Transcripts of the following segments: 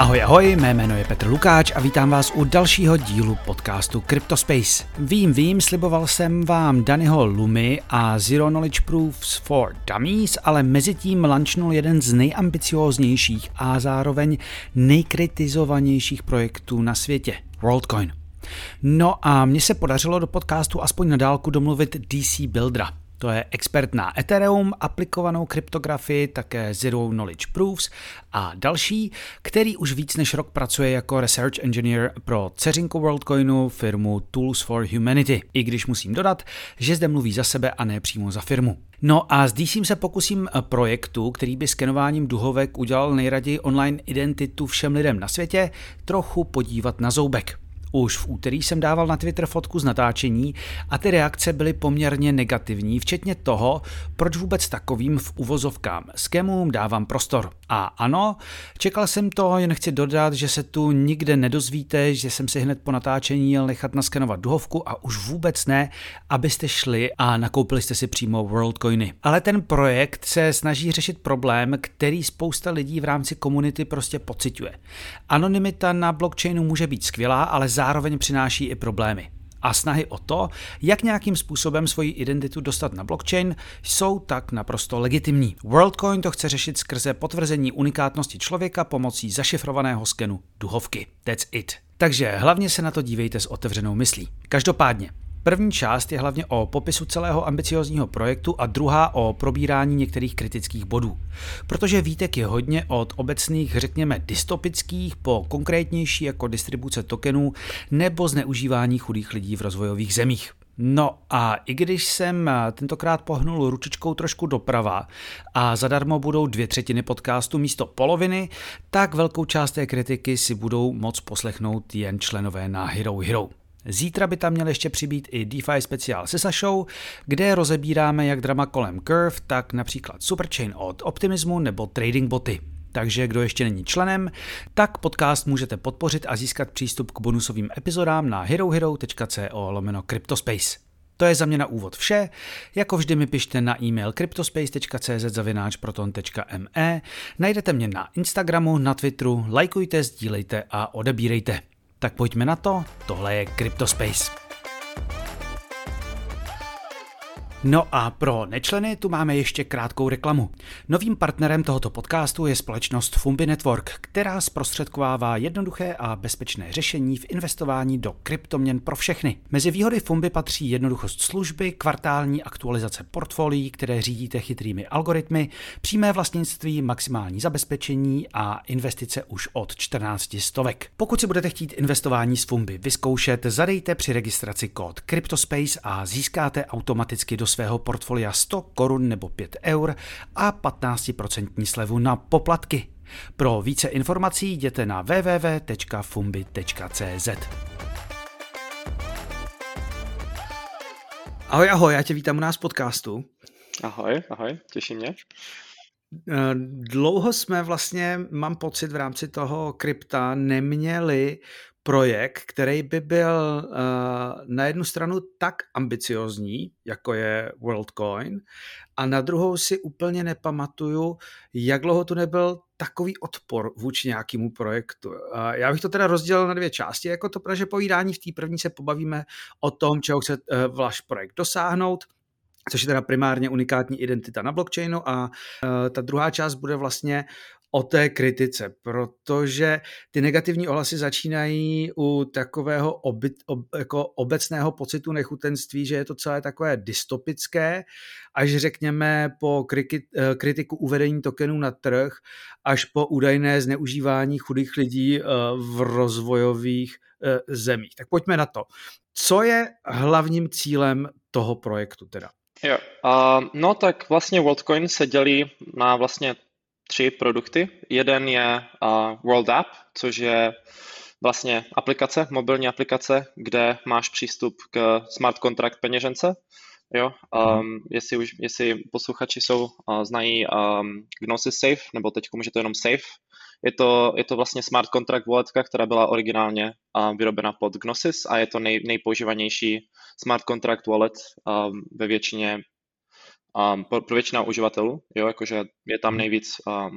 Ahoj, ahoj, mé jméno je Petr Lukáč a vítám vás u dalšího dílu podcastu CryptoSpace. Vím, sliboval jsem vám Dannyho Lumy a Zero Knowledge Proofs for Dummies, ale mezi tím launchnul jeden z nejambicióznějších a zároveň nejkritizovanějších projektů na světě, WorldCoin. No a mně se podařilo do podcastu aspoň na dálku domluvit DC Buildera. To je expert na Ethereum, aplikovanou kryptografii, také Zero Knowledge Proofs a další, který už víc než rok pracuje jako research engineer pro dceřinku WorldCoinu firmu Tools for Humanity, i když musím dodat, že zde mluví za sebe a ne přímo za firmu. No a s DCem se pokusím projektu, který by skenováním duhovek udělal nejraději online identitu všem lidem na světě, trochu podívat na zoubek. Už v úterý jsem dával na Twitter fotku z natáčení a ty reakce byly poměrně negativní, včetně toho, proč vůbec takovým v uvozovkám skemům dávám prostor. A ano, čekal jsem to, jen chci dodat, že se tu nikde nedozvíte, že jsem si hned po natáčení jel nechat naskenovat duhovku a už vůbec ne, abyste šli a nakoupili jste si přímo WorldCoiny. Ale ten projekt se snaží řešit problém, který spousta lidí v rámci komunity prostě pociťuje. Anonymita na blockchainu může být skvělá, ale zároveň přináší i problémy. A snahy o to, jak nějakým způsobem svoji identitu dostat na blockchain, jsou tak naprosto legitimní. WorldCoin to chce řešit skrze potvrzení unikátnosti člověka pomocí zašifrovaného skenu duhovky. That's it. Takže hlavně se na to dívejte s otevřenou myslí. Každopádně, první část je hlavně o popisu celého ambiciózního projektu a druhá o probírání některých kritických bodů. Protože výtek je hodně od obecných, řekněme, dystopických po konkrétnější jako distribuce tokenů nebo zneužívání chudých lidí v rozvojových zemích. No a i když jsem tentokrát pohnul ručičkou trošku doprava a zadarmo budou 2/3 podcastu místo poloviny, tak velkou část té kritiky si budou moct poslechnout jen členové na Hero. Zítra by tam měl ještě přibýt i DeFi speciál se Sašou, kde rozebíráme jak drama kolem Curve, tak například Superchain od Optimismu nebo trading boty. Takže kdo ještě není členem, tak podcast můžete podpořit a získat přístup k bonusovým epizodám na herohero.co/CryptoSpace. To je za mě na úvod vše. Jako vždy mi pište na e-mail cryptospace.cz@proton.me. Najdete mě na Instagramu, na Twitteru, lajkujte, sdílejte a odebírejte. Tak pojďme na to, tohle je CryptoSpace. No a pro nečleny tu máme ještě krátkou reklamu. Novým partnerem tohoto podcastu je společnost Fumbi Network, která zprostředkovává jednoduché a bezpečné řešení v investování do kryptoměn pro všechny. Mezi výhody Fumbi patří jednoduchost služby, kvartální aktualizace portfolií, které řídíte chytrými algoritmy, přímé vlastnictví, maximální zabezpečení a investice už od 14 stovek. Pokud si budete chtít investování s Fumbi vyzkoušet, zadejte při registraci kód CryptoSpace a získáte automaticky do svého portfolia 100 korun nebo 5 eur a 15% slevu na poplatky. Pro více informací jděte na www.fumbi.cz. Ahoj, já tě vítám u nás v podcastu. Ahoj, těší mě. Dlouho jsme vlastně, mám pocit, v rámci toho krypta neměli projekt, který by byl na jednu stranu tak ambiciozní, jako je WorldCoin, a na druhou si úplně nepamatuju, jak dlouho tu nebyl takový odpor vůči nějakému projektu. Já bych to teda rozdělil na dvě části, jako to protože povídání v té první se pobavíme o tom, čeho chce váš projekt dosáhnout, což je teda primárně unikátní identita na blockchainu, a ta druhá část bude vlastně o té kritice, protože ty negativní ohlasy začínají u takového jako obecného pocitu nechutenství, že je to celé takové dystopické, až řekněme po kritiku uvedení tokenů na trh, až po údajné zneužívání chudých lidí v rozvojových zemích. Tak pojďme na to. Co je hlavním cílem toho projektu teda? Jo, no tak vlastně WorldCoin se dělí na vlastně 3 produkty. Jeden je World App, což je vlastně aplikace, mobilní aplikace, kde máš přístup k smart contract peněžence. Jo, jestli posluchači znají Gnosis Safe, nebo teď už je to jenom Safe. Je to vlastně smart contract walletka, která byla originálně vyrobena pod Gnosis a je to nejpoužívanější smart contract wallet ve většině pro většinu uživatelů, jo, jakože je tam nejvíc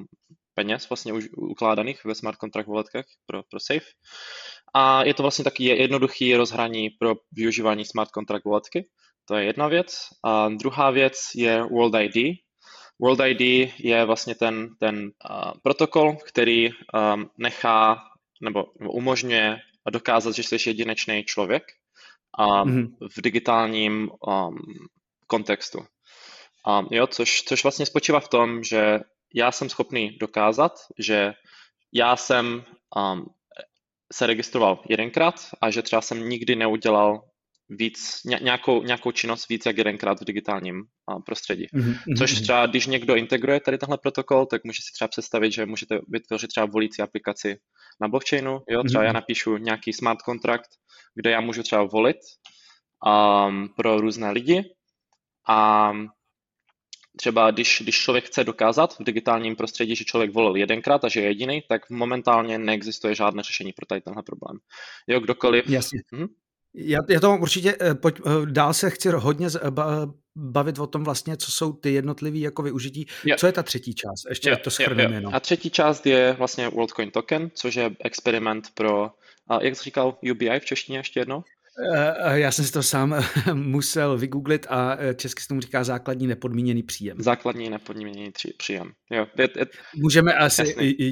peněz vlastně už ukládaných ve smart contract walletkách pro safe. A je to vlastně taky jednoduchý rozhraní pro využívání smart contract walletky. To je jedna věc. A druhá věc je World ID. World ID je vlastně ten protokol, který nechá nebo umožňuje dokázat, že jsi jedinečný člověk v digitálním kontextu. Což vlastně spočívá v tom, že já jsem schopný dokázat, že já jsem se registroval jedenkrát a že třeba jsem nikdy neudělal nějakou činnost víc jak jedenkrát v digitálním prostředí. Což třeba, když někdo integruje tady tenhle protokol, tak může si třeba představit, že můžete vytvořit třeba volící aplikaci na blockchainu. Jo? Třeba já napíšu nějaký smart contract, kde já můžu třeba volit pro různé lidi a třeba když člověk chce dokázat v digitálním prostředí, že člověk volil jedenkrát a že je jediný, tak momentálně neexistuje žádné řešení pro tady tenhle problém. Jo, kdokoliv... Jasně. Já to určitě, dál se chci hodně bavit o tom vlastně, co jsou ty jednotlivý jako využití. Co je ta třetí část? Ještě to shrneme jenom. A třetí část je vlastně WorldCoin token, což je experiment pro, jak jsi říkal, UBI v češtině ještě jednou? Já jsem si to sám musel vygooglit a česky se tomu říká základní nepodmíněný příjem. Základní nepodmíněný příjem. Jo, můžeme asi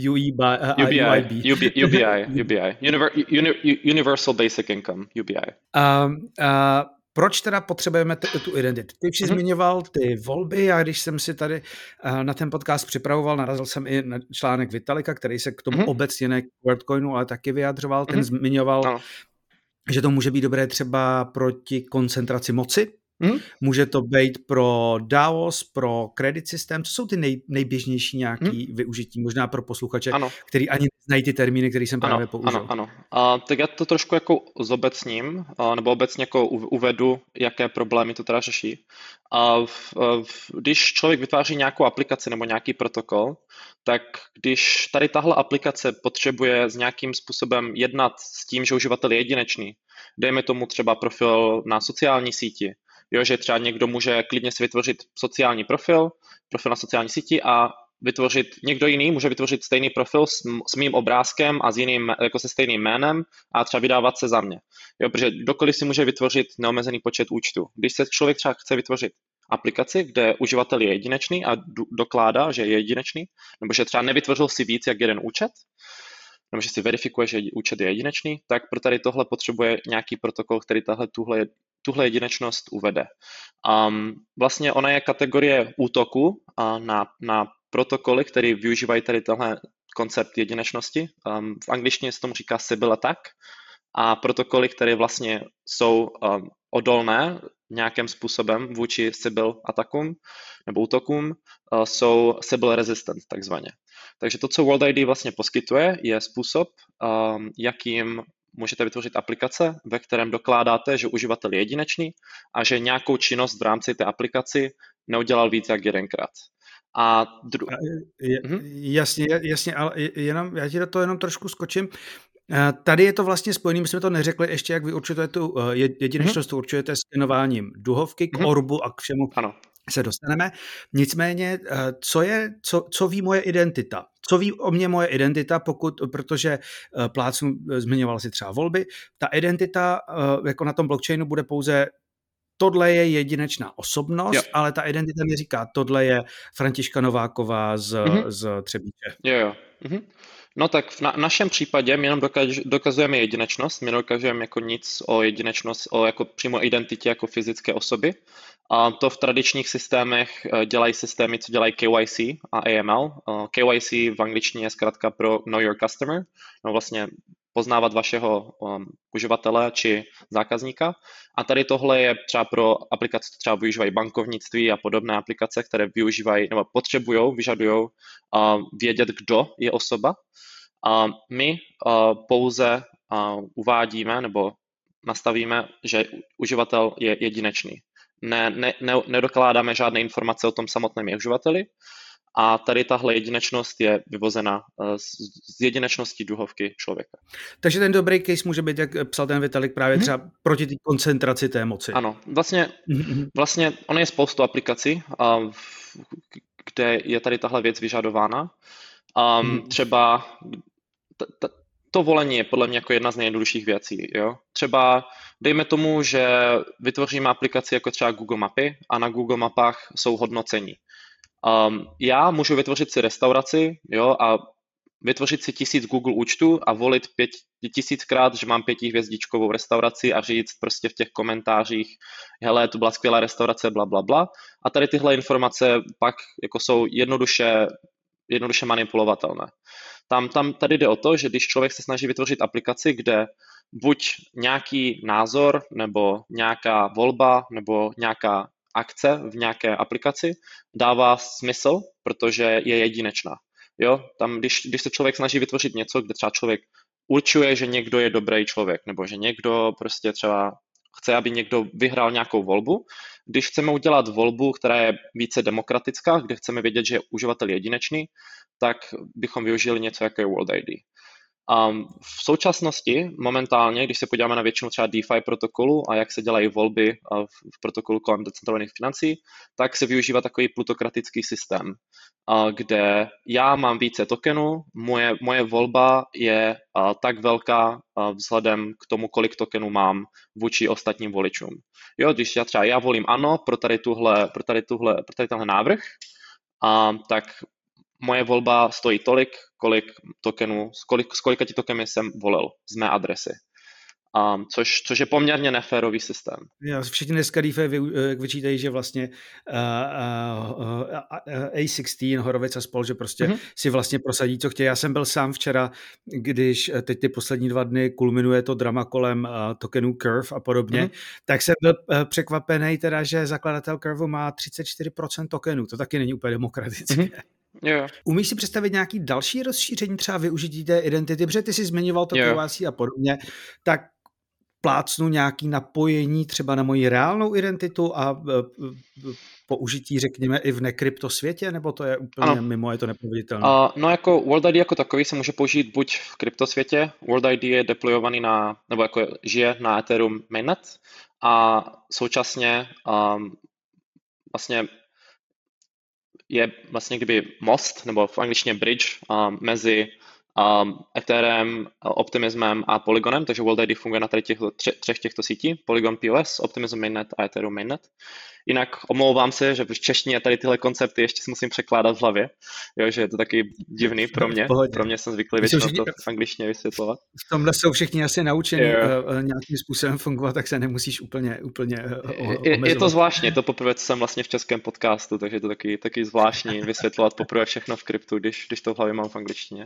UBI. Universal Basic Income, UBI. Proč teda potřebujeme tu identitu? Ty jsi zmiňoval ty volby a když jsem si tady na ten podcast připravoval, narazil jsem i na článek Vitalika, který se k tomu obecně ne k WorldCoinu, ale taky vyjadřoval. Ten zmiňoval, že to může být dobré třeba proti koncentraci moci. Může to být pro DAOs, pro credit systém. Co jsou ty nejběžnější nějaký využití, možná pro posluchače, který ani neznají ty termíny, které jsem právě použil? Ano. Tak já to trošku jako zobecním, nebo obecně jako uvedu, jaké problémy to teda řeší. Když člověk vytváří nějakou aplikaci nebo nějaký protokol, tak když tady tahle aplikace potřebuje s nějakým způsobem jednat s tím, že uživatel je jedinečný, dejme tomu třeba profil na sociální síti, jo, že třeba někdo může klidně si vytvořit sociální profil na sociální síti a někdo jiný může vytvořit stejný profil s mým obrázkem a jako se stejným jménem a třeba vydávat se za mě. Jo, protože kdokoliv si může vytvořit neomezený počet účtů. Když se člověk třeba chce vytvořit aplikaci, kde uživatel je jedinečný a dokládá, že je jedinečný, nebo že třeba nevytvořil si víc jak jeden účet, nebo že si verifikuje, že účet je jedinečný, tak pro tady tohle potřebuje nějaký protokol, který tuhle jedinečnost uvede. Vlastně ona je kategorie útoku na protokoly, které využívají tady tenhle koncept jedinečnosti. V angličtině se tomu říká Sybil attack a protokoly, které vlastně jsou odolné nějakým způsobem vůči Sybil atakům nebo útokům, jsou Sybil resistant takzvaně. Takže to, co World ID vlastně poskytuje, je způsob, jakým můžete vytvořit aplikace, ve kterém dokládáte, že uživatel je jedinečný a že nějakou činnost v rámci té aplikaci neudělal víc jak jedenkrát. Jasně, ale já ti do toho jenom trošku skočím. Tady je to vlastně spojený, my jsme to neřekli ještě, jak vy určujete tu jedinečnost, určujete skenováním duhovky k orbu a k všemu se dostaneme. Nicméně, co ví moje identita? Co ví o mě moje identita, protože plácnu, zmiňoval si třeba volby, ta identita jako na tom blockchainu bude pouze tohle je jedinečná osobnost, ale ta identita mi říká, tohle je Františka Nováková z Třebíče. Jo. No tak v našem případě my jenom dokazujeme jedinečnost, my dokazujeme jako nic o jedinečnost, o jako přímo identitě jako fyzické osoby. A to v tradičních systémech dělají systémy, co dělají KYC a AML. KYC v angličtině je zkrátka pro Know Your Customer, no vlastně poznávat vašeho uživatele či zákazníka. A tady tohle je třeba pro aplikace, které třeba využívají bankovnictví a podobné aplikace, které využívají nebo vyžadují vědět, kdo je osoba. My pouze uvádíme nebo nastavíme, že uživatel je jedinečný. Nedokládáme žádné informace o tom samotném uživateli a tady tahle jedinečnost je vyvozena z jedinečnosti duhovky člověka. Takže ten dobrý case může být, jak psal ten Vitalik, právě třeba proti té koncentraci té moci. Ano, vlastně ono je spoustu aplikací, kde je tady tahle věc vyžadována. Třeba to volení je podle mě jako jedna z nejjednodušších věcí. Jo? Třeba dejme tomu, že vytvoříme aplikaci jako třeba Google Mapy a na Google Mapách jsou hodnocení. Já můžu vytvořit si restauraci, jo, a vytvořit si 1000 Google účtů a volit 5000krát, že mám 5hvězdičkovou restauraci a říct prostě v těch komentářích, hele, to byla skvělá restaurace, bla, bla, bla. A tady tyhle informace pak jako jsou jednoduše manipulovatelné. Tady jde o to, že když člověk se snaží vytvořit aplikaci, kde buď nějaký názor, nebo nějaká volba, nebo nějaká akce v nějaké aplikaci dává smysl, protože je jedinečná. Jo? Když se člověk snaží vytvořit něco, kde třeba člověk určuje, že někdo je dobrý člověk, nebo že někdo prostě třeba chce, aby někdo vyhrál nějakou volbu. Když chceme udělat volbu, která je více demokratická, kde chceme vědět, že je uživatel jedinečný, tak bychom využili něco jako je World ID. V současnosti momentálně, když se podíváme na většinu třeba DeFi protokolu a jak se dělají volby v protokolu kolem decentralizovaných financí, tak se využívá takový plutokratický systém, kde já mám více tokenů, moje volba je tak velká vzhledem k tomu, kolik tokenů mám vůči ostatním voličům. Jo, když já volím ano pro tenhle návrh, tak moje volba stojí tolik, kolik tokenů, s kolika ti tokeny jsem volil z mé adresy. Což je poměrně neférový systém. Všichni dneska DeFi vyčítají, že vlastně A16, Horowitz a spol, že prostě si vlastně prosadí, co chtějí. Já jsem byl sám včera, když teď ty poslední 2 dny kulminuje to drama kolem tokenů Curve a podobně, tak jsem byl překvapený teda, že zakladatel Curve má 34% tokenů. To taky není úplně demokratické. Yeah. Umíš si představit nějaký další rozšíření, třeba využití té identity, protože ty jsi zmiňoval to KYC a podobně, tak plácnu nějaký napojení třeba na moji reálnou identitu a použití, řekněme, i v nekryptosvětě, nebo to je úplně mimo, je to neproveditelné? No jako World ID jako takový se může použít buď v kryptosvětě, World ID je deployovaný nebo jako žije na Ethereum mainnet a současně vlastně je vlastně kdyby most, nebo v angličtině bridge mezi Ethereum, Optimismem a Polygonem, takže World ID funguje na tady třech těchto sítí, Polygon POS, Optimism mainnet a Ethereum mainnet. Jinak omlouvám se, že v češtině tady tyhle koncepty ještě si musím překládat v hlavě, jo, že je to taky divný pro mě. Pro mě jsem zvyklý většinou to v angličtině vysvětlovat. V tomhle jsou všichni asi naučení nějakým způsobem fungovat, tak se nemusíš úplně omezovat. Je to zvláštní, to poprvé jsem vlastně v českém podcastu, takže je to taky zvláštní vysvětlovat poprvé všechno v kryptu, když to v hlavě mám v angličtině.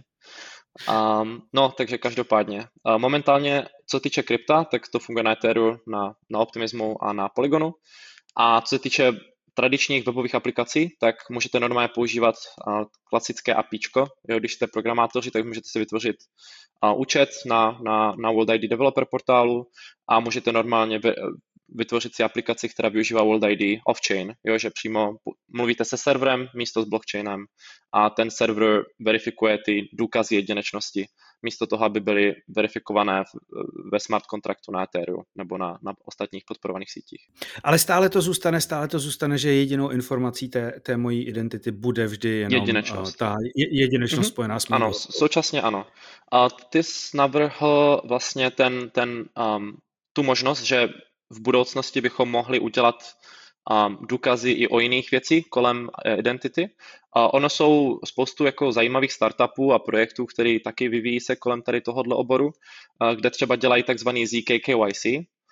Takže každopádně. Momentálně, co týče krypta, tak to funguje na Ethereum, na Optimismu a na Polygonu. A co se týče tradičních webových aplikací, tak můžete normálně používat klasické APIčko. Jo, když jste programátoři, tak můžete si vytvořit účet na World ID Developer portálu a můžete normálně vytvořit si aplikaci, která využívá World ID off-chain, jo, že přímo mluvíte se serverem místo s blockchainem a ten server verifikuje ty důkazy jedinečnosti, místo toho, aby byly verifikované ve smart kontraktu na Ethereum nebo na ostatních podporovaných sítích. Ale stále to zůstane, že jedinou informací té mojí identity bude vždy jenom ta jedinečnost spojená s mou. Ano, současně ano. A ty jsi navrhl vlastně tu možnost, že v budoucnosti bychom mohli udělat důkazy i o jiných věcí kolem identity. Ono jsou spoustu jako zajímavých startupů a projektů, které taky vyvíjí se kolem tady tohohle oboru, kde třeba dělají takzvaný ZK KYC,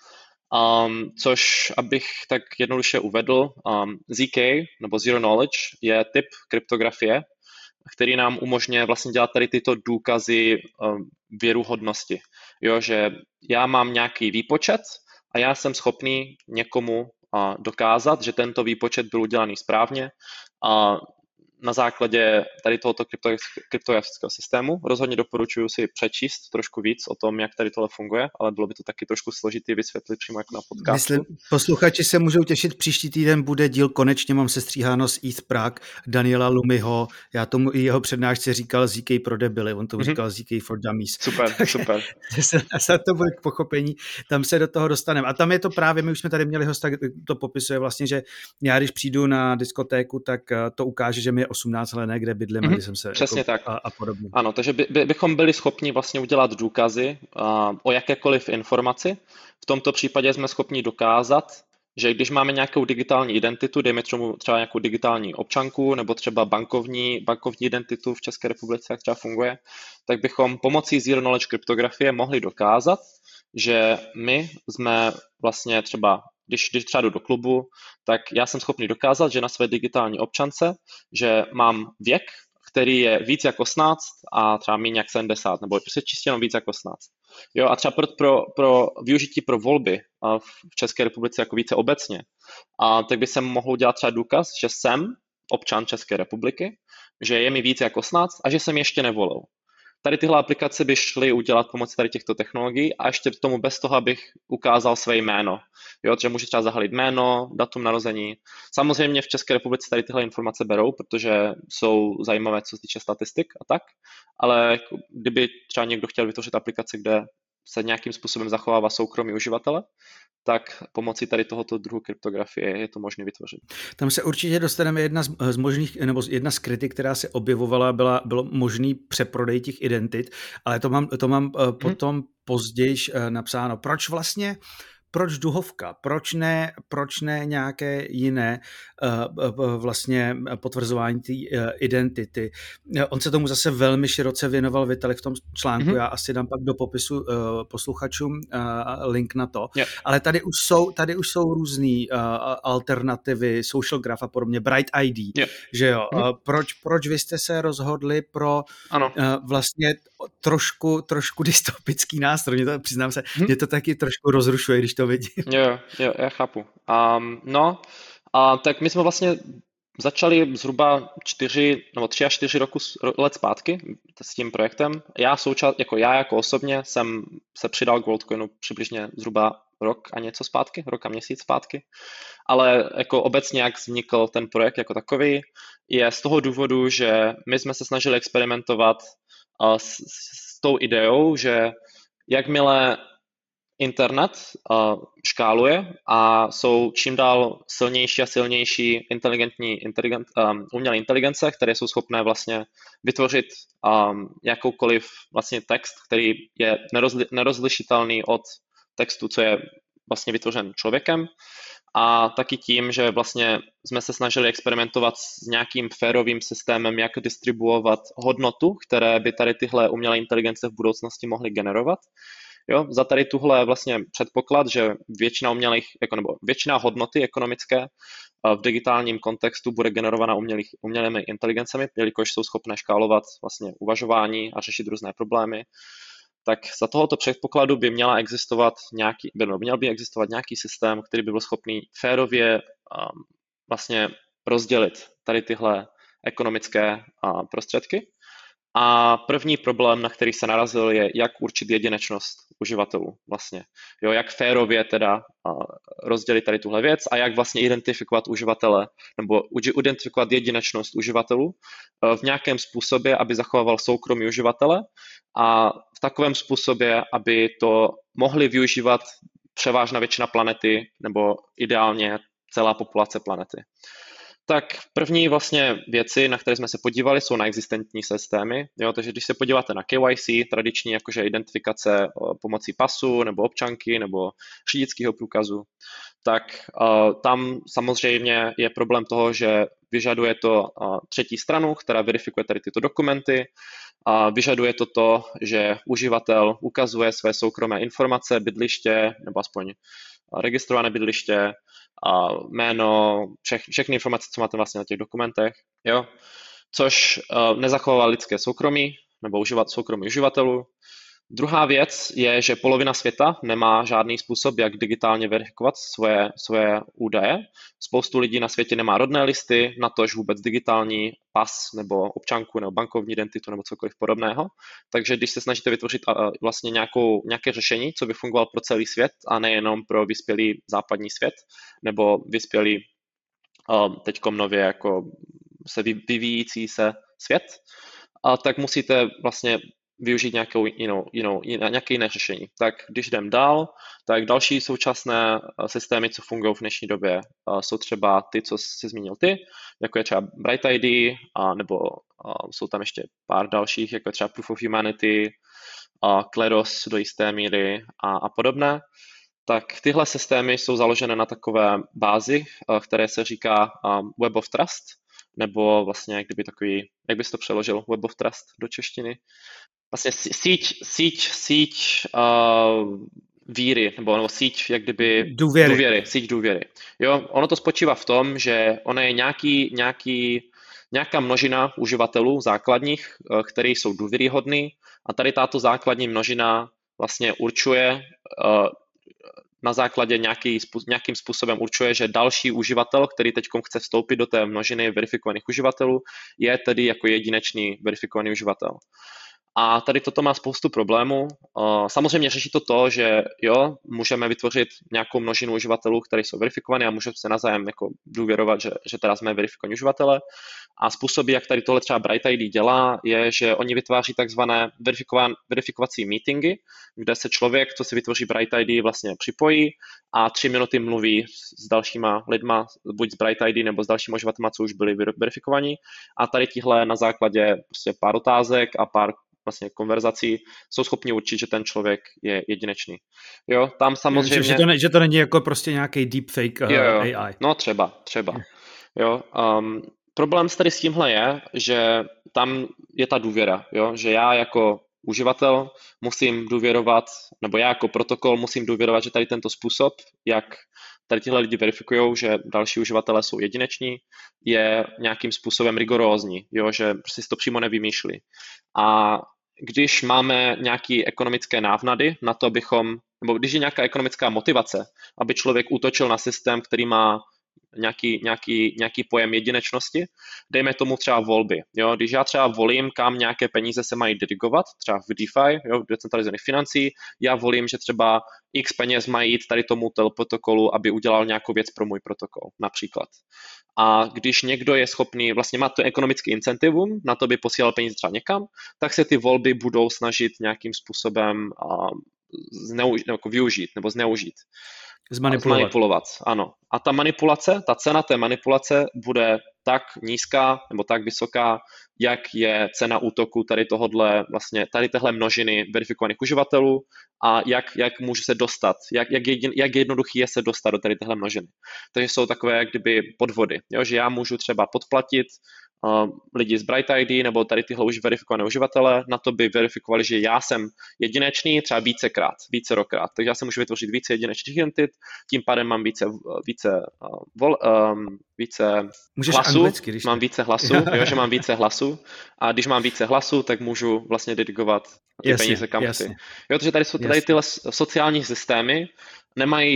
což abych tak jednoduše uvedl, ZK nebo Zero Knowledge je typ kryptografie, který nám umožňuje vlastně dělat tady tyto důkazy věruhodnosti. Jo, že já mám nějaký výpočet a já jsem schopný někomu dokázat, že tento výpočet byl udělaný správně a na základě tady tohoto kryptografického systému. Rozhodně doporučuji si přečíst trošku víc o tom, jak tady tohle funguje, ale bylo by to taky trošku složitý vysvětlit přímo jako na podcastu. Myslím, posluchači se můžou těšit, příští týden bude díl, konečně mám sestříháno z ETH Prague, Daniela Lumiho, já tomu i jeho přednášce říkal ZK pro debily, on tomu říkal ZK for dummies. Super. Se to bude k pochopení, tam se do toho dostaneme. A tam je to právě, my už jsme tady měli hosta, to popisuje vlastně, že já když přijdu na diskotéku, tak to ukáže, že mi je 18, ale ne kde bydlím, a kdy jsem se Přesně tak. a podobně. Ano, takže bychom byli schopni vlastně udělat důkazy o jakékoliv informaci. V tomto případě jsme schopni dokázat, že když máme nějakou digitální identitu, dejme tomu třeba nějakou digitální občanku nebo třeba bankovní identitu v České republice, jak třeba funguje, tak bychom pomocí Zero Knowledge kryptografie mohli dokázat, že my jsme vlastně třeba, když třeba jdu do klubu, tak já jsem schopný dokázat, že na své digitální občance, že mám věk, který je víc jak 18 a třeba méně jak 70, nebo prostě čistě jenom víc jak 18. Jo, a třeba pro využití pro volby v České republice jako více obecně, tak by se mohl udělat třeba důkaz, že jsem občan České republiky, že je mi víc jak 18 a že jsem ještě nevolil. Tady tyhle aplikace by šly udělat pomocí tady těchto technologií a ještě k tomu bez toho, abych ukázal své jméno. Jo, že můžu třeba zahalit jméno, datum narození. Samozřejmě v České republice tady tyhle informace berou, protože jsou zajímavé, co se týče statistik a tak, ale kdyby třeba někdo chtěl vytvořit aplikaci, kde se nějakým způsobem zachovává soukromí uživatele, tak pomocí tady tohoto druhu kryptografie je to možné vytvořit. Tam se určitě dostaneme jedna z možných, nebo jedna z kritik, která se objevovala, bylo možný přeprodej těch identit, ale to mám potom později napsáno. Proč duhovka? Proč ne nějaké jiné vlastně potvrzování té identity? On se tomu zase velmi široce věnoval Vitalik v tom článku, já asi dám pak do popisu posluchačům link na to, ale tady už jsou různý alternativy, social graph a podobně, Bright ID, že jo? Proč vy jste se rozhodli pro vlastně trošku dystopický nástroj? Přiznám se, mě to taky trošku rozrušuje, když to vidím. Jo, já chápu. Tak my jsme vlastně začali zhruba 3 až 4 let zpátky s tím projektem. Já jako osobně jsem se přidal k WorldCoinu přibližně zhruba rok a měsíc zpátky. Ale jako obecně, jak vznikl ten projekt jako takový, je z toho důvodu, že my jsme se snažili experimentovat s tou ideou, že jakmile internet škáluje a jsou čím dál silnější a silnější umělé inteligence, které jsou schopné vlastně vytvořit jakoukoliv vlastně text, který je nerozlišitelný od textu, co je vlastně vytvořen člověkem. A taky tím, že vlastně jsme se snažili experimentovat s nějakým férovým systémem, jak distribuovat hodnotu, které by tady tyhle umělé inteligence v budoucnosti mohly generovat. Jo, za tady tuhle vlastně předpoklad, že většina hodnoty ekonomické v digitálním kontextu bude generována umělými inteligencemi, jelikož jsou schopné škálovat vlastně uvažování a řešit různé problémy, tak za tohoto předpokladu by měl by existovat nějaký systém, který by byl schopný férově vlastně rozdělit tady tyhle ekonomické prostředky. A první problém, na který se narazil, je, jak určit jedinečnost uživatelů vlastně. Jo, jak férově teda rozdělit tady tuhle věc a jak vlastně identifikovat uživatele nebo identifikovat jedinečnost uživatelů v nějakém způsobě, aby zachovával soukromí uživatele a v takovém způsobě, aby to mohli využívat převážná většina planety nebo ideálně celá populace planety. Tak první vlastně věci, na které jsme se podívali, jsou na existentní systémy. Jo, takže když se podíváte na KYC, tradiční jakože identifikace pomocí pasu nebo občanky nebo řidičského průkazu, tak tam samozřejmě je problém toho, že vyžaduje to třetí stranu, která verifikuje tady tyto dokumenty. Vyžaduje to, že uživatel ukazuje své soukromé informace, bydliště nebo aspoň registrované bydliště, jméno, všechny informace, co máte vlastně na těch dokumentech, jo? Což nezachovává lidské soukromí nebo soukromí uživatelů. Druhá věc je, že polovina světa nemá žádný způsob, jak digitálně verifikovat svoje údaje. Spoustu lidí na světě nemá rodné listy, natož vůbec digitální pas nebo občanku nebo bankovní identitu nebo cokoliv podobného. Takže když se snažíte vytvořit vlastně nějaké řešení, co by fungovalo pro celý svět a nejenom pro vyspělý západní svět nebo vyspělý teďkom nově jako se vyvíjící se svět, tak musíte vlastně využít nějaké jiné řešení. Tak když jdem dál, tak další současné systémy, co fungují v dnešní době, jsou třeba ty, co jsi zmínil ty, jako je třeba Bright ID, nebo jsou tam ještě pár dalších, jako je třeba Proof of Humanity, Kleros do jisté míry a podobné. Tak tyhle systémy jsou založené na takové bázi, které se říká Web of Trust, nebo vlastně jak kdyby takový, jak bys to přeložil, Web of Trust do češtiny? Vlastně síť víry, nebo síť jak kdyby důvěry, síť důvěry. Jo, ono to spočívá v tom, že ono je nějaká množina uživatelů základních, který jsou důvěryhodný, a tady tato základní množina vlastně určuje na základě nějakým způsobem určuje, že další uživatel, který teď chce vstoupit do té množiny verifikovaných uživatelů, je tedy jako jedinečný verifikovaný uživatel. A tady toto má spoustu problémů. Samozřejmě řeší to, že jo, můžeme vytvořit nějakou množinu uživatelů, kteří jsou verifikovaní a můžeme se navzájem jako důvěrovat, že teda jsme verifikovaní uživatele. A způsoby, jak tady tohle třeba Bright ID dělá, je, že oni vytváří takzvané verifikovací meetingy, kde se člověk, co si vytvoří Bright ID, vlastně připojí a 3 minuty mluví s dalšíma lidma, buď z Bright ID nebo s dalšíma uživatelima, co už byli verifikovaní. A tady tihle na základě prostě pár otázek a pár vlastně konverzací jsou schopni určit, že ten člověk je jedinečný. Jo, tam samozřejmě... Že to není jako prostě nějaký deepfake AI. No třeba. Jo, problém tady s tímhle je, že tam je ta důvěra, jo, že já jako uživatel musím důvěrovat, nebo já jako protokol musím důvěrovat, že tady tento způsob, jak tady tyhle lidi verifikují, že další uživatelé jsou jedineční, je nějakým způsobem rigorózní, jo, že si to přímo nevymýšlí. A když máme nějaké ekonomické návnady na to, nebo když je nějaká ekonomická motivace, aby člověk útočil na systém, který má nějaký pojem jedinečnosti, dejme tomu třeba volby. Jo? Když já třeba volím, kam nějaké peníze se mají dirigovat, třeba v DeFi, jo, v decentralizovaných financí, já volím, že třeba x peněz mají jít tady tomu protokolu, aby udělal nějakou věc pro můj protokol, například. A když někdo je schopný, vlastně má to ekonomický incentivum na to, by posílal peníze třeba někam, tak se ty volby budou snažit nějakým způsobem využít nebo zneužít. Zmanipulovat, ano. A ta cena té manipulace bude tak nízká nebo tak vysoká, jak je cena útoku tady téhle množiny verifikovaných uživatelů a jak může se dostat, jak jednoduchý je se dostat do tady téhle množiny. Takže jsou takové jak kdyby podvody, jo? Že já můžu třeba podplatit lidi z Bright ID nebo tady tyhle už verifikované uživatele na to, by verifikovali, že já jsem jedinečný třeba vícerokrát. Takže já se můžu vytvořit více jedinečných identit, tím pádem mám více hlasů, mám více hlasů, jo, že mám více hlasů, a když mám více hlasů, tak můžu vlastně dirigovat ty peníze kam chci. Jo, protože tady tyhle sociální systémy nemají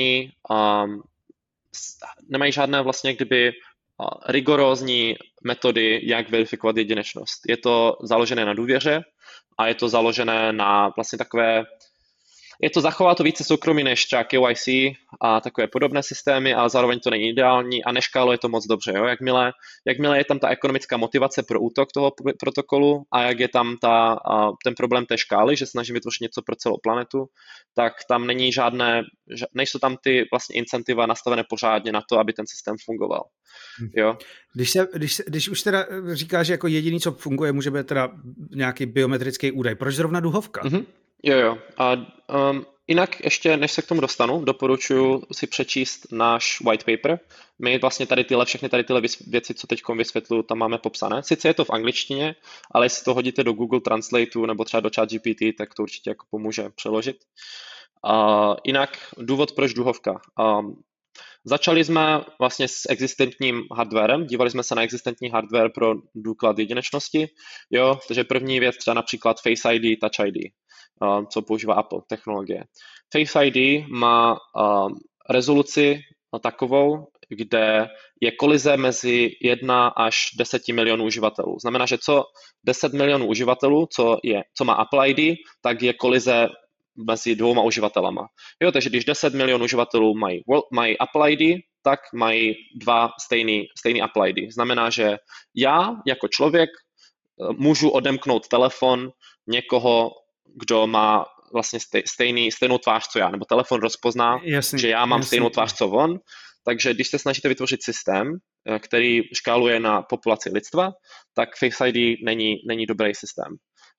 žádné vlastně kdyby rigorózní metody, jak verifikovat jedinečnost. Je to založené na důvěře a je to založené na vlastně zachová to více soukromí než třeba KYC a takové podobné systémy, ale zároveň to není ideální a neškáluje to moc dobře. Jo? Jakmile je tam ta ekonomická motivace pro útok toho protokolu a jak je tam ten problém té škály, že snažím vytvořit něco pro celou planetu, tak tam nejsou tam ty vlastně incentiva nastavené pořádně na to, aby ten systém fungoval. Jo? Když už teda říkáš, že jako jediný, co funguje, může být teda nějaký biometrický údaj. Proč zrovna duhovka? Mm-hmm. Jo. A jinak ještě, než se k tomu dostanu, doporučuji si přečíst náš white paper. My vlastně všechny tyhle věci, co teď vysvětluju, tam máme popsané. Sice je to v angličtině, ale jestli to hodíte do Google Translateu nebo třeba do ChatGPT, tak to určitě jako pomůže přeložit. Jinak důvod, proč duhovka. Začali jsme vlastně s existentním hardwarem, dívali jsme se na existentní hardware pro důklad jedinečnosti, jo, takže první věc třeba například Face ID, Touch ID, co používá Apple technologie. Face ID má rezoluci takovou, kde je kolize mezi 1 až 10 milionů uživatelů. Znamená, že co 10 milionů uživatelů, co má Apple ID, tak je kolize mezi 2 uživatelama. Jo, takže když 10 milionů uživatelů mají Apple ID, tak mají 2 stejný Apple ID. Znamená, že já jako člověk můžu odemknout telefon někoho, kdo má vlastně stejnou tvář, co já, nebo telefon rozpozná, že já mám stejnou tvář, co on. Takže když se snažíte vytvořit systém, který škáluje na populaci lidstva, tak Face ID není dobrý systém.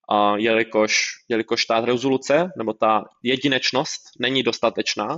Jelikož ta rezoluce nebo ta jedinečnost není dostatečná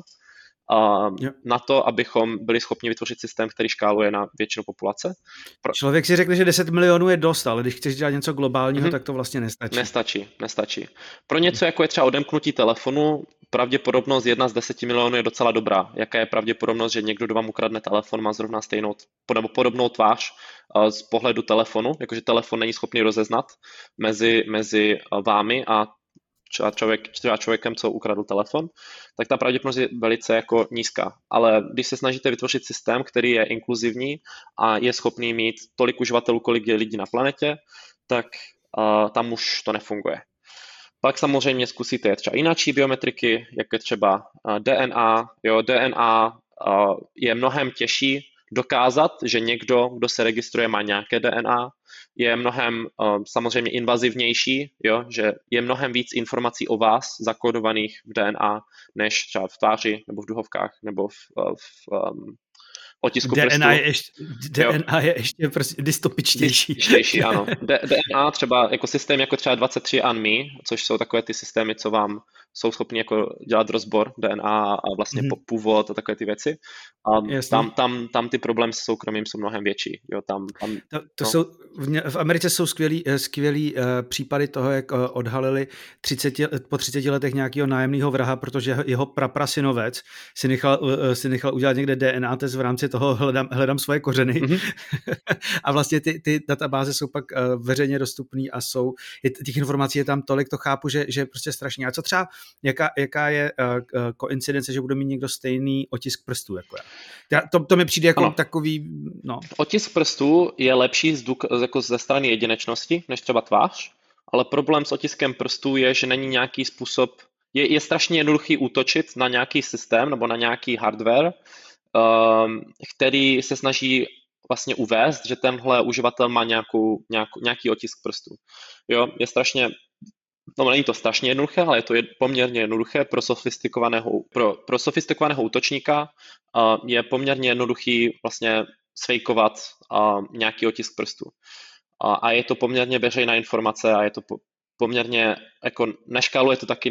na to, abychom byli schopni vytvořit systém, který škáluje na většinu populace. Člověk si řekne, že 10 milionů je dost, ale když chceš dělat něco globálního, tak to vlastně nestačí. Nestačí. Pro něco, jako je třeba odemknutí telefonu, pravděpodobnost 1 z 10 milionů je docela dobrá. Jaká je pravděpodobnost, že někdo, kdo vám ukradne telefon, má zrovna stejnou nebo podobnou tvář z pohledu telefonu, jakože telefon není schopný rozeznat mezi vámi a člověkem, co ukradl telefon, tak ta pravděpodobnost je velice jako nízká. Ale když se snažíte vytvořit systém, který je inkluzivní a je schopný mít tolik uživatelů, kolik je lidí na planetě, tak tam už to nefunguje. Pak samozřejmě zkusíte třeba jináčí biometriky, jako je třeba DNA. DNA je mnohem těžší dokázat, že někdo, kdo se registruje, má nějaké DNA, je mnohem samozřejmě invazivnější, že je mnohem víc informací o vás zakódovaných v DNA, než třeba v tváři, nebo v duhovkách, nebo v otisku prstu. DNA je ještě prostě dystopičtější. Ano. DNA třeba jako systém jako třeba 23andMe, což jsou takové ty systémy, co vám jsou schopni jako dělat rozbor DNA a vlastně původ a takové ty věci. Tam ty problémy s soukromím jsou mnohem větší. Jsou, v Americe jsou skvělý případy toho, jak odhalili po 30 letech nějakého nájemného vraha, protože jeho praprasinovec si nechal udělat někde DNA test v rámci toho hledám svoje kořeny. A vlastně ty databáze jsou pak veřejně dostupné a těch informací je tam tolik, to chápu, že je prostě strašně. A co třeba, jaká je koincidence, že bude mít někdo stejný otisk prstů jako já? To mi přijde jako takový, no. Otisk prstů je lepší jako ze strany jedinečnosti, než třeba tvář, ale problém s otiskem prstů je, že není nějaký způsob, je strašně jednoduchý útočit na nějaký systém nebo na nějaký hardware, který se snaží vlastně uvést, že tenhle uživatel má nějaký otisk prstů. Je strašně, není to strašně jednoduché, ale je to poměrně jednoduché pro sofistikovaného útočníka. Je poměrně jednoduchý vlastně sfejkovat nějaký otisk prstů. A je to poměrně veřejná informace a je to poměrně, jako neškáluje to taky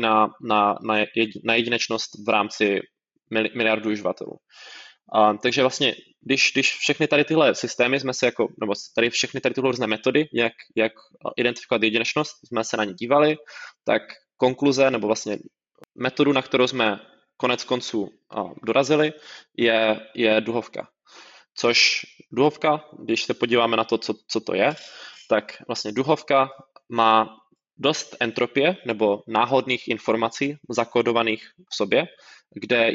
na jedinečnost v rámci miliardu uživatelů. Takže vlastně, když všechny tady tyhle systémy nebo všechny tady tyhle různé metody, jak identifikovat jedinečnost, jsme se na ně dívali, tak konkluze, nebo vlastně metodu, na kterou jsme konec konců dorazili, je duhovka. Což duhovka, když se podíváme na to, co to je, tak vlastně duhovka má dost entropie nebo náhodných informací zakódovaných v sobě, kde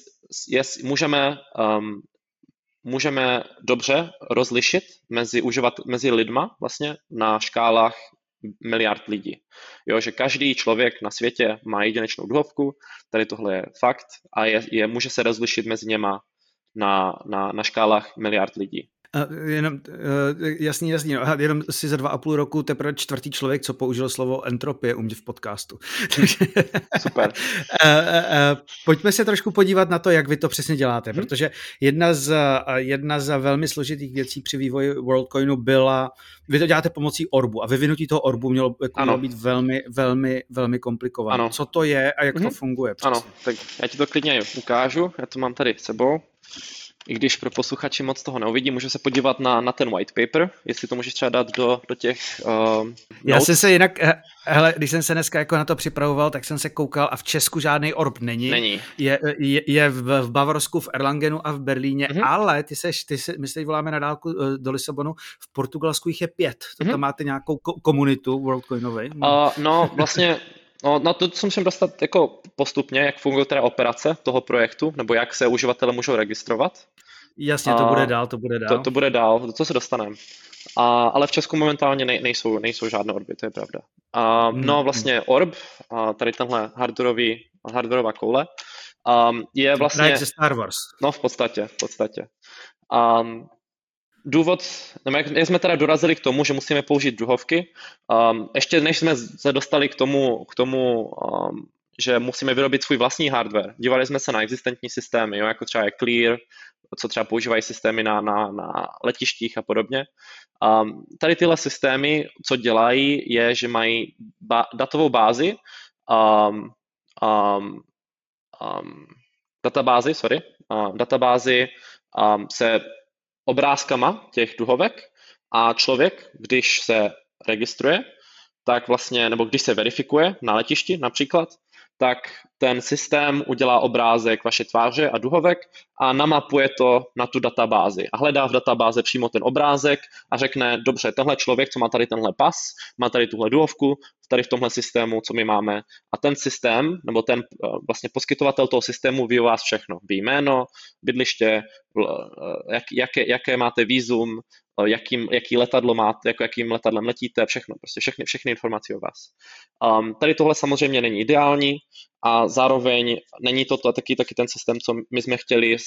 můžeme dobře rozlišit mezi lidma vlastně na škálách miliard lidí. Že každý člověk na světě má jedinečnou duhovku, tady tohle je fakt a může se rozlišit mezi něma na škálách miliard lidí. Jasný. Jenom si za 2,5 roku teprve 4. člověk, co použil slovo entropie u mě v podcastu. Super. Pojďme se trošku podívat na to, jak vy to přesně děláte, protože jedna z velmi složitých věcí při vývoji WorldCoinu byla, vy to děláte pomocí orbu a vyvinutí toho orbu mělo být velmi, velmi, velmi komplikované. Ano. Co to je a jak to funguje? Přesně? Ano, tak já ti to klidně ukážu, já to mám tady s sebou. I když pro posluchači moc toho neuvidí, můžu se podívat na ten white paper, jestli to můžeš třeba dát do těch Já jsem se jinak, když jsem se dneska jako na to připravoval, tak jsem se koukal a v Česku žádný orb není. Je v Bavorsku, v Erlangenu a v Berlíně, ale my se voláme na dálku do Lisabonu, v Portugalsku jich je 5. Tam máte nějakou komunitu WorldCoinovej? No vlastně... No to jsem musím dostat jako postupně, jak fungují teda operace toho projektu, nebo jak se uživatelé můžou registrovat. Jasně, to bude dál. To bude dál, do toho se dostaneme. Ale v Česku momentálně nejsou žádné orby, to je pravda. No vlastně orb, tady tenhle hardwareová koule, je vlastně... ze Star Wars. No v podstatě. důvod, nebo jak jsme teda dorazili k tomu, že musíme použít druhovky, ještě než jsme se dostali k tomu, že musíme vyrobit svůj vlastní hardware. Dívali jsme se na existentní systémy, jo, jako třeba je Clear, co třeba používají systémy na letištích a podobně. Tady tyhle systémy, co dělají, je, že mají datovou bázi, databázi se obrázkama těch duhovek a člověk, když se registruje, tak vlastně, nebo když se verifikuje na letišti například, tak ten systém udělá obrázek vaše tváře a duhovek a namapuje to na tu databázi a hledá v databázi přímo ten obrázek a řekne, dobře, tenhle člověk, co má tady tenhle pas, má tady tuhle duhovku, tady v tomhle systému, co my máme. A ten systém, nebo ten vlastně poskytovatel toho systému ví o vás všechno. Ví jméno, bydliště, jaké máte vízum, jaký letadlo máte, jakým letadlem letíte, všechno, prostě všechny informace o vás. Tady tohle samozřejmě není ideální a zároveň není to taky ten systém, co my jsme chtěli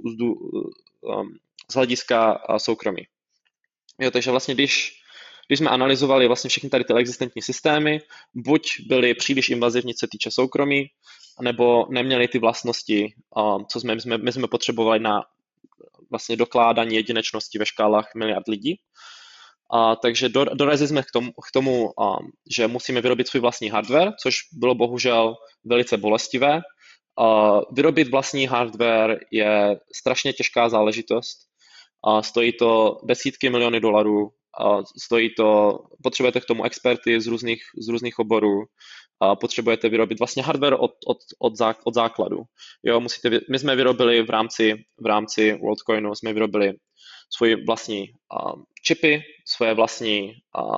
z hlediska soukromí. Jo, takže vlastně když jsme analyzovali vlastně všechny tady ty existentní systémy, buď byly příliš invazivní, co se týče soukromí, nebo neměly ty vlastnosti, co my jsme potřebovali na vlastně dokládání jedinečnosti ve škálách miliard lidí. Takže dorazili jsme k tomu, že musíme vyrobit svůj vlastní hardware, což bylo bohužel velice bolestivé. Vyrobit vlastní hardware je strašně těžká záležitost. Stojí to desítky milionů dolarů, potřebujete k tomu experty z různých oborů, potřebujete vyrobit vlastně hardware od základu. Jo, my jsme vyrobili v rámci WorldCoinu, jsme vyrobili svoje vlastní čipy, svoje vlastní,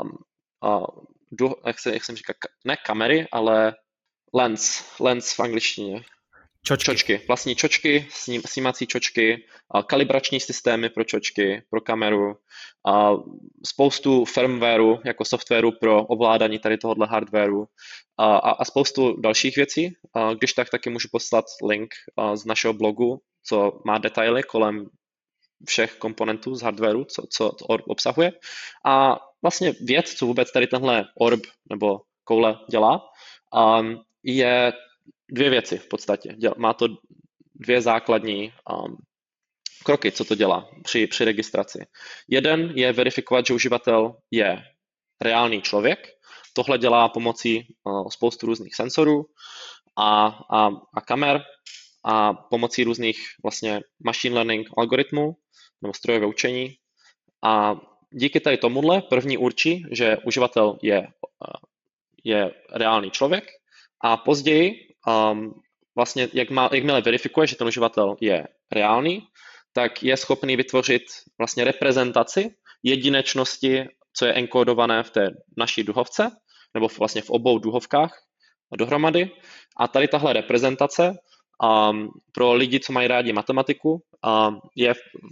jak jsem říkal, ne kamery, ale lens v angličtině. Čočky, vlastní čočky, snímací čočky, kalibrační systémy pro čočky, pro kameru, spoustu firmwareu, jako softwaru pro ovládání tady tohohle hardwareu a spoustu dalších věcí. Když tak, taky můžu poslat link z našeho blogu, co má detaily kolem všech komponentů z hardwareu, co Orb obsahuje. A vlastně věc, co vůbec tady tenhle Orb nebo koule dělá, je dvě věci v podstatě. Má to dvě základní kroky, co to dělá při registraci. Jeden je verifikovat, že uživatel je reálný člověk. Tohle dělá pomocí spoustu různých senzorů a kamer a pomocí různých vlastně machine learning algoritmů nebo strojové učení. A díky tady tomuhle první určí, že uživatel je reálný člověk a později vlastně jakmile verifikuje, že ten uživatel je reálný, tak je schopný vytvořit vlastně reprezentaci jedinečnosti, co je enkódované v té naší duhovce, nebo vlastně v obou duhovkách dohromady. A tady tahle reprezentace pro lidi, co mají rádi matematiku, je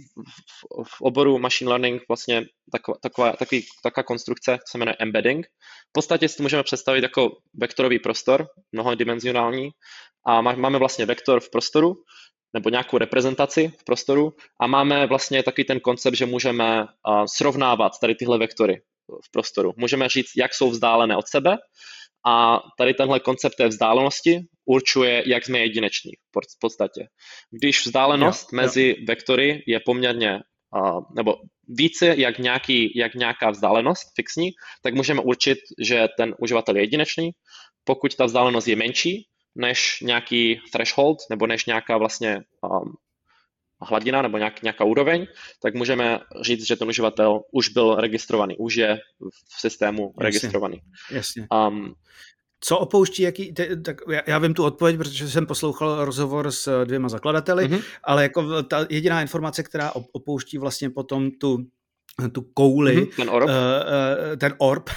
v oboru machine learning vlastně taková konstrukce, co se jmenuje embedding. V podstatě si to můžeme představit jako vektorový prostor, mnohodimenzionální, a máme vlastně vektor v prostoru, nebo nějakou reprezentaci v prostoru a máme vlastně takový ten koncept, že můžeme srovnávat tady tyhle vektory v prostoru. Můžeme říct, jak jsou vzdálené od sebe a tady tenhle koncept té vzdálenosti určuje, jak jsme jedineční v podstatě. Když vzdálenost mezi vektory je poměrně, nebo více jak nějaká vzdálenost fixní, tak můžeme určit, že ten uživatel je jedinečný. Pokud ta vzdálenost je menší než nějaký threshold, nebo než nějaká vlastně hladina, nebo nějaká úroveň, tak můžeme říct, že ten uživatel už byl registrovaný, už je v systému registrovaný. Jasně. Co opouští, tak já vím tu odpověď, protože jsem poslouchal rozhovor s dvěma zakladateli, ale jako ta jediná informace, která opouští vlastně potom tu kouli, ten orb,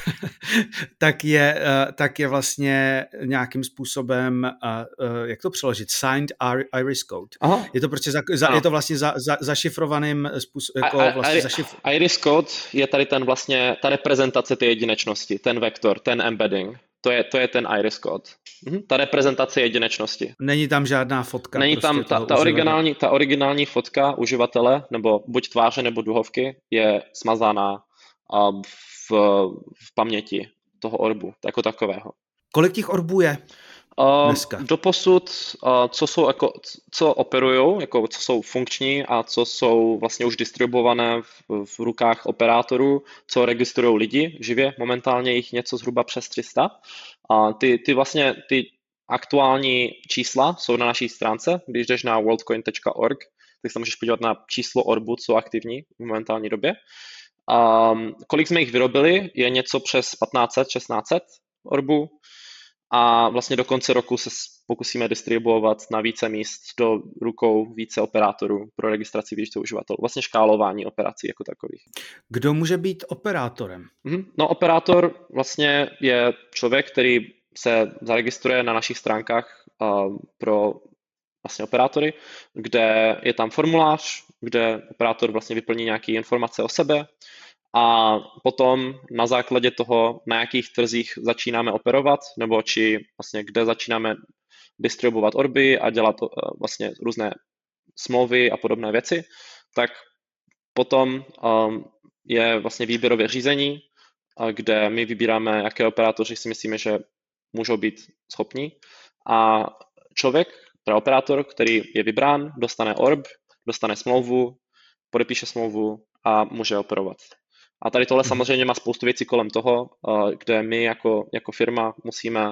tak je vlastně nějakým způsobem, jak to přeložit, signed iris code. Aha. Je to prostě je to vlastně zašifrovaným způsobem. Iris code je tady ta reprezentace té jedinečnosti, ten vektor, ten embedding. To je ten iris kód. Ta reprezentace jedinečnosti. Není tam žádná fotka. Není prostě tam toho uživatele. ta originální fotka uživatele, nebo buď tváře, nebo duhovky, je smazaná v paměti toho orbu, jako takového. Kolik těch orbů je dneska? Doposud, co operují, jako co jsou funkční a co jsou vlastně už distribuované v rukách operátorů, co registrují lidi živě, momentálně jich něco zhruba přes 300. Ty aktuální čísla jsou na naší stránce, když jdeš na worldcoin.org, tak se můžeš podívat na číslo orbu, co aktivní v momentální době. Kolik jsme jich vyrobili, je něco přes 1500-1600 orbů a vlastně do konce roku se pokusíme distribuovat na více míst do rukou více operátorů pro registraci více uživatelů. Vlastně škálování operací jako takových. Kdo může být operátorem? No, operátor vlastně je člověk, který se zaregistruje na našich stránkách pro vlastně operátory, kde je tam formulář, kde operátor vlastně vyplní nějaké informace o sebe a potom na základě toho, na jakých trzích začínáme operovat, nebo či vlastně kde začínáme distribuovat orby a dělat vlastně různé smlouvy a podobné věci, tak potom je vlastně výběrové řízení, kde my vybíráme, jaké operátoři si myslíme, že můžou být schopní a člověk, teda operátor, který je vybrán, dostane orb, dostane smlouvu, podepíše smlouvu a může operovat. A tady tohle samozřejmě má spoustu věcí kolem toho, kde my jako firma musíme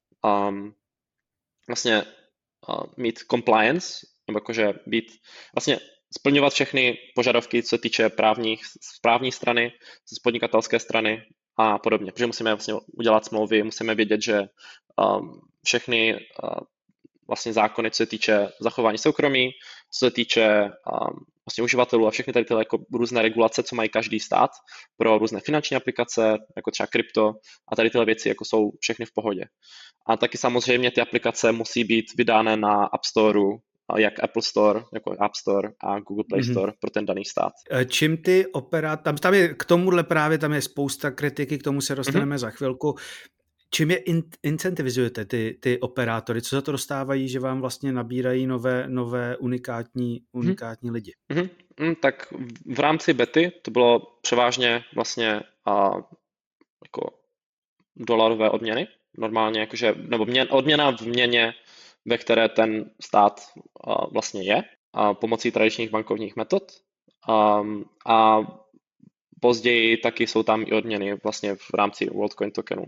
vlastně mít compliance, nebo jakože být, vlastně splňovat všechny požadavky, co se týče právní strany, z podnikatelské strany a podobně. Protože musíme vlastně udělat smlouvy, musíme vědět, že všechny vlastně zákony, co se týče zachování soukromí, co se týče vlastně uživatelů a všechny tady tyhle jako různé regulace, co mají každý stát pro různé finanční aplikace, jako třeba krypto a tady tyhle věci jako jsou všechny v pohodě. A taky samozřejmě ty aplikace musí být vydány na App Storeu, jak Apple Store, jako App Store a Google Play Store pro ten daný stát. Čím ty tam je k tomuhle právě tam je spousta kritiky, k tomu se dostaneme za chvilku. Čím je incentivizujete ty operátory? Co za to dostávají, že vám vlastně nabírají nové unikátní lidi? Tak v rámci bety to bylo převážně vlastně jako dolarové odměny, normálně jakože, nebo odměna v měně, ve které ten stát vlastně je, pomocí tradičních bankovních metod. A později taky jsou tam i odměny vlastně v rámci WorldCoin tokenu.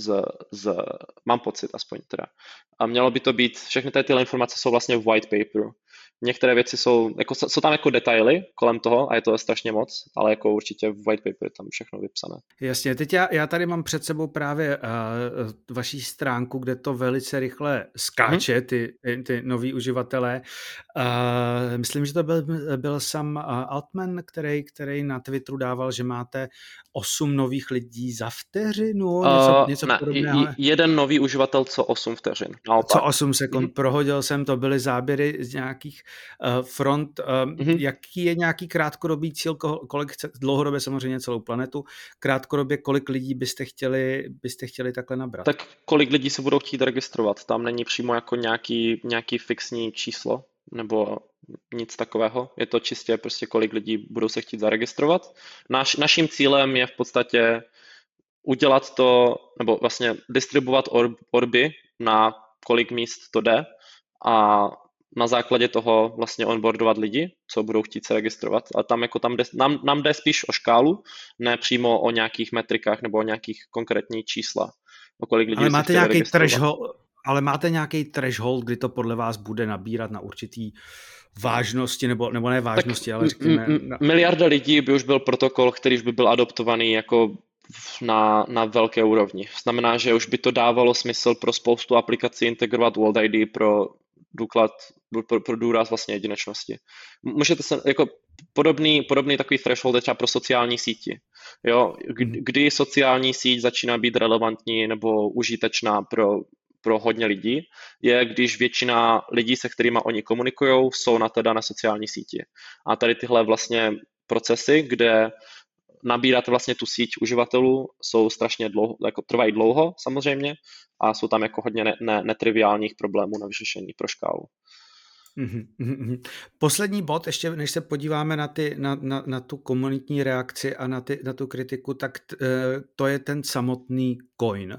Mám pocit aspoň teda. A mělo by to být, všechny tyhle informace jsou vlastně v white paperu. Některé věci jsou tam jako detaily kolem toho a je to strašně moc, ale jako určitě v white paperu je tam všechno vypsané. Jasně, teď já tady mám před sebou právě vaší stránku, kde to velice rychle skáče, ty noví uživatelé. Myslím, že to byl Sam Altman, který na Twitteru dával, že máte 8 nových lidí za vteřinu, něco podobného. Jeden nový uživatel co 8 vteřin. Naopak. Co 8 sekund. Prohodil jsem, to byly záběry z nějakých front. Jaký je nějaký krátkodobý cíl, kolik dlouhodobě samozřejmě celou planetu, krátkodobě kolik lidí byste chtěli takhle nabrat? Tak kolik lidí se budou chtít registrovat? Tam není přímo jako nějaký fixní číslo nebo nic takového. Je to čistě prostě kolik lidí budou se chtít zaregistrovat. Naším cílem je v podstatě udělat to, nebo vlastně distribuovat orby na kolik míst to jde a na základě toho vlastně onboardovat lidi, co budou chtít se registrovat. A nám jde spíš o škálu, ne přímo o nějakých metrikách nebo o nějakých konkrétních čísla. O kolik lidí se chtějí registrovat. Ale máte nějaký threshold, kdy to podle vás bude nabírat na určitý vážnosti, nebo ne vážnosti, ale řekněme... Miliarda lidí by už byl protokol, který už by byl adoptovaný jako na velké úrovni. Znamená, že už by to dávalo smysl pro spoustu aplikací integrovat World ID pro důraz vlastně jedinečnosti. Můžete se, jako podobný takový threshold je třeba pro sociální síti. Jo? Kdy sociální síť začíná být relevantní nebo užitečná pro hodně lidí, je, když většina lidí, se kterými oni komunikují, jsou na té dané sociální síti. A tady tyhle vlastně procesy, kde nabírat vlastně tu síť uživatelů jsou strašně dlouho, jako trvají dlouho samozřejmě a jsou tam jako hodně netriviálních problémů na vyřešení pro škálu. Poslední bod, ještě než se podíváme na tu komunitní reakci a na tu kritiku, tak to je ten samotný coin.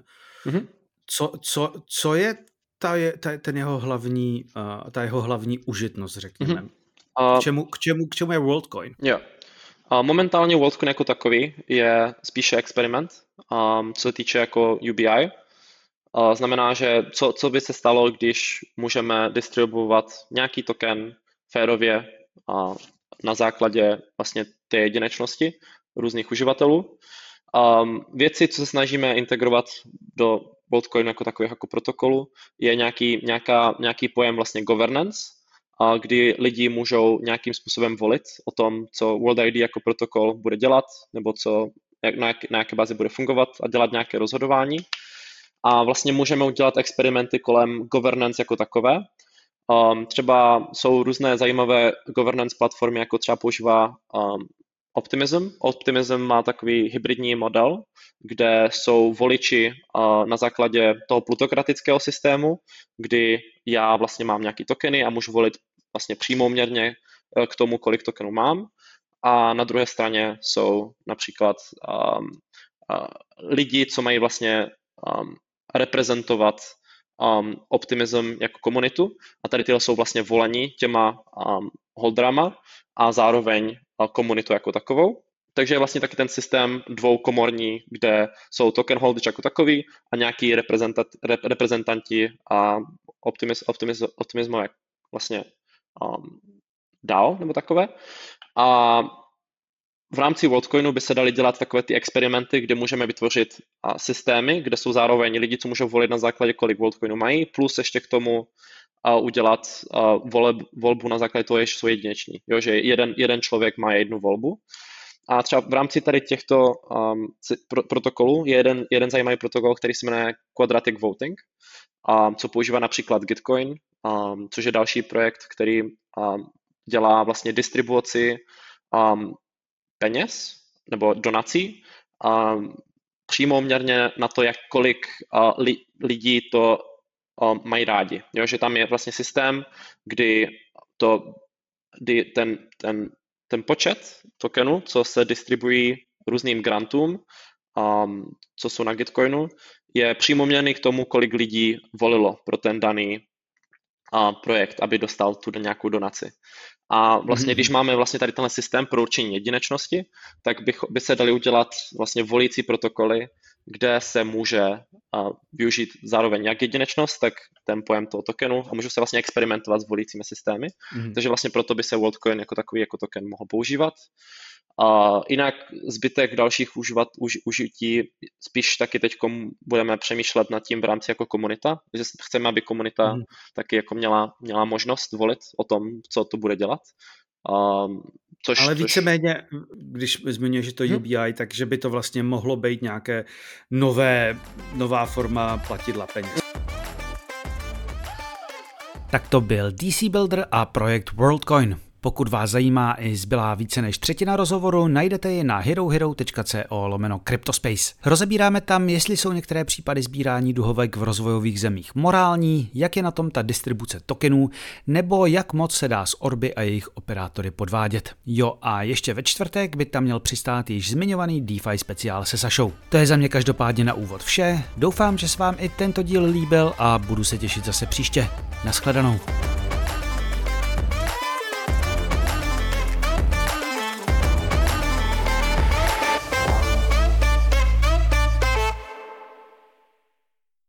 Co je ten ta jeho hlavní užitnost, řekněme? K čemu je WorldCoin? Jo. Momentálně WorldCoin jako takový je spíše experiment, co se týče jako UBI. Znamená, že co by se stalo, když můžeme distribuovat nějaký token férově na základě vlastně té jedinečnosti různých uživatelů. Věci, co se snažíme integrovat do WorldCoinu jako takového jako protokolu, je nějaký pojem vlastně governance, kdy lidi můžou nějakým způsobem volit o tom, co World ID jako protokol bude dělat, nebo na jaké bázi bude fungovat a dělat nějaké rozhodování. A vlastně můžeme udělat experimenty kolem governance jako takové. Třeba jsou různé zajímavé governance platformy, jako třeba používá Optimism. Optimism má takový hybridní model, kde jsou voliči na základě toho plutokratického systému, kdy já vlastně mám nějaký tokeny a můžu volit vlastně přímouměrně k tomu, kolik tokenů mám. A na druhé straně jsou například lidi, co mají vlastně reprezentovat Optimism jako komunitu a tady tyhle jsou vlastně volení těma holdrama a zároveň komunitu jako takovou. Takže je vlastně taky ten systém dvoukomorní, kde jsou token holders jako takový a nějaký reprezentanti a Optimismu vlastně dál nebo takové. A v rámci WorldCoinu by se daly dělat takové ty experimenty, kde můžeme vytvořit systémy, kde jsou zároveň lidi, co můžou volit na základě, kolik WorldCoinu mají, plus ještě k tomu udělat volbu na základě toho, že jsou jedineční. Jo, že jeden člověk má jednu volbu. A třeba v rámci tady těchto protokolů je jeden zajímavý protokol, který se jmenuje Quadratic Voting, co používá například Gitcoin, což je další projekt, který dělá vlastně distribuci peněz nebo donací přímouměrně na to, kolik lidí to mají rádi. Jo, že tam je vlastně systém, kdy ten počet tokenů, co se distribuují různým grantům, co jsou na Gitcoinu, je přímouměrný k tomu, kolik lidí volilo pro ten daný projekt, aby dostal tu nějakou donaci. A vlastně, když máme vlastně tady tenhle systém pro určení jedinečnosti, tak by se dali udělat vlastně volící protokoly, kde se může využít zároveň jak jedinečnost, tak ten pojem toho tokenu a můžou se vlastně experimentovat s volícími systémy. Takže vlastně proto by se WorldCoin jako takový jako token mohl používat. Jinak zbytek dalších užití spíš taky teď budeme přemýšlet nad tím v rámci jako komunita, že chceme, aby komunita taky jako měla možnost volit o tom, co to bude dělat. Ale víceméně, když zmiňuješ, že to UBI, takže by to vlastně mohlo být nějaké nová forma platidla peněz. Tak to byl DC Builder a projekt WorldCoin. Pokud vás zajímá i zbylá více než třetina rozhovoru, najdete ji na herohero.co/cryptospace. Rozebíráme tam, jestli jsou některé případy sbírání duhovek v rozvojových zemích morální, jak je na tom ta distribuce tokenů, nebo jak moc se dá s orby a jejich operátory podvádět. Jo, a ještě ve čtvrtek by tam měl přistát již zmiňovaný DeFi speciál se Sašou. To je za mě každopádně na úvod vše. Doufám, že se vám i tento díl líbil a budu se těšit zase příště. Naschledanou.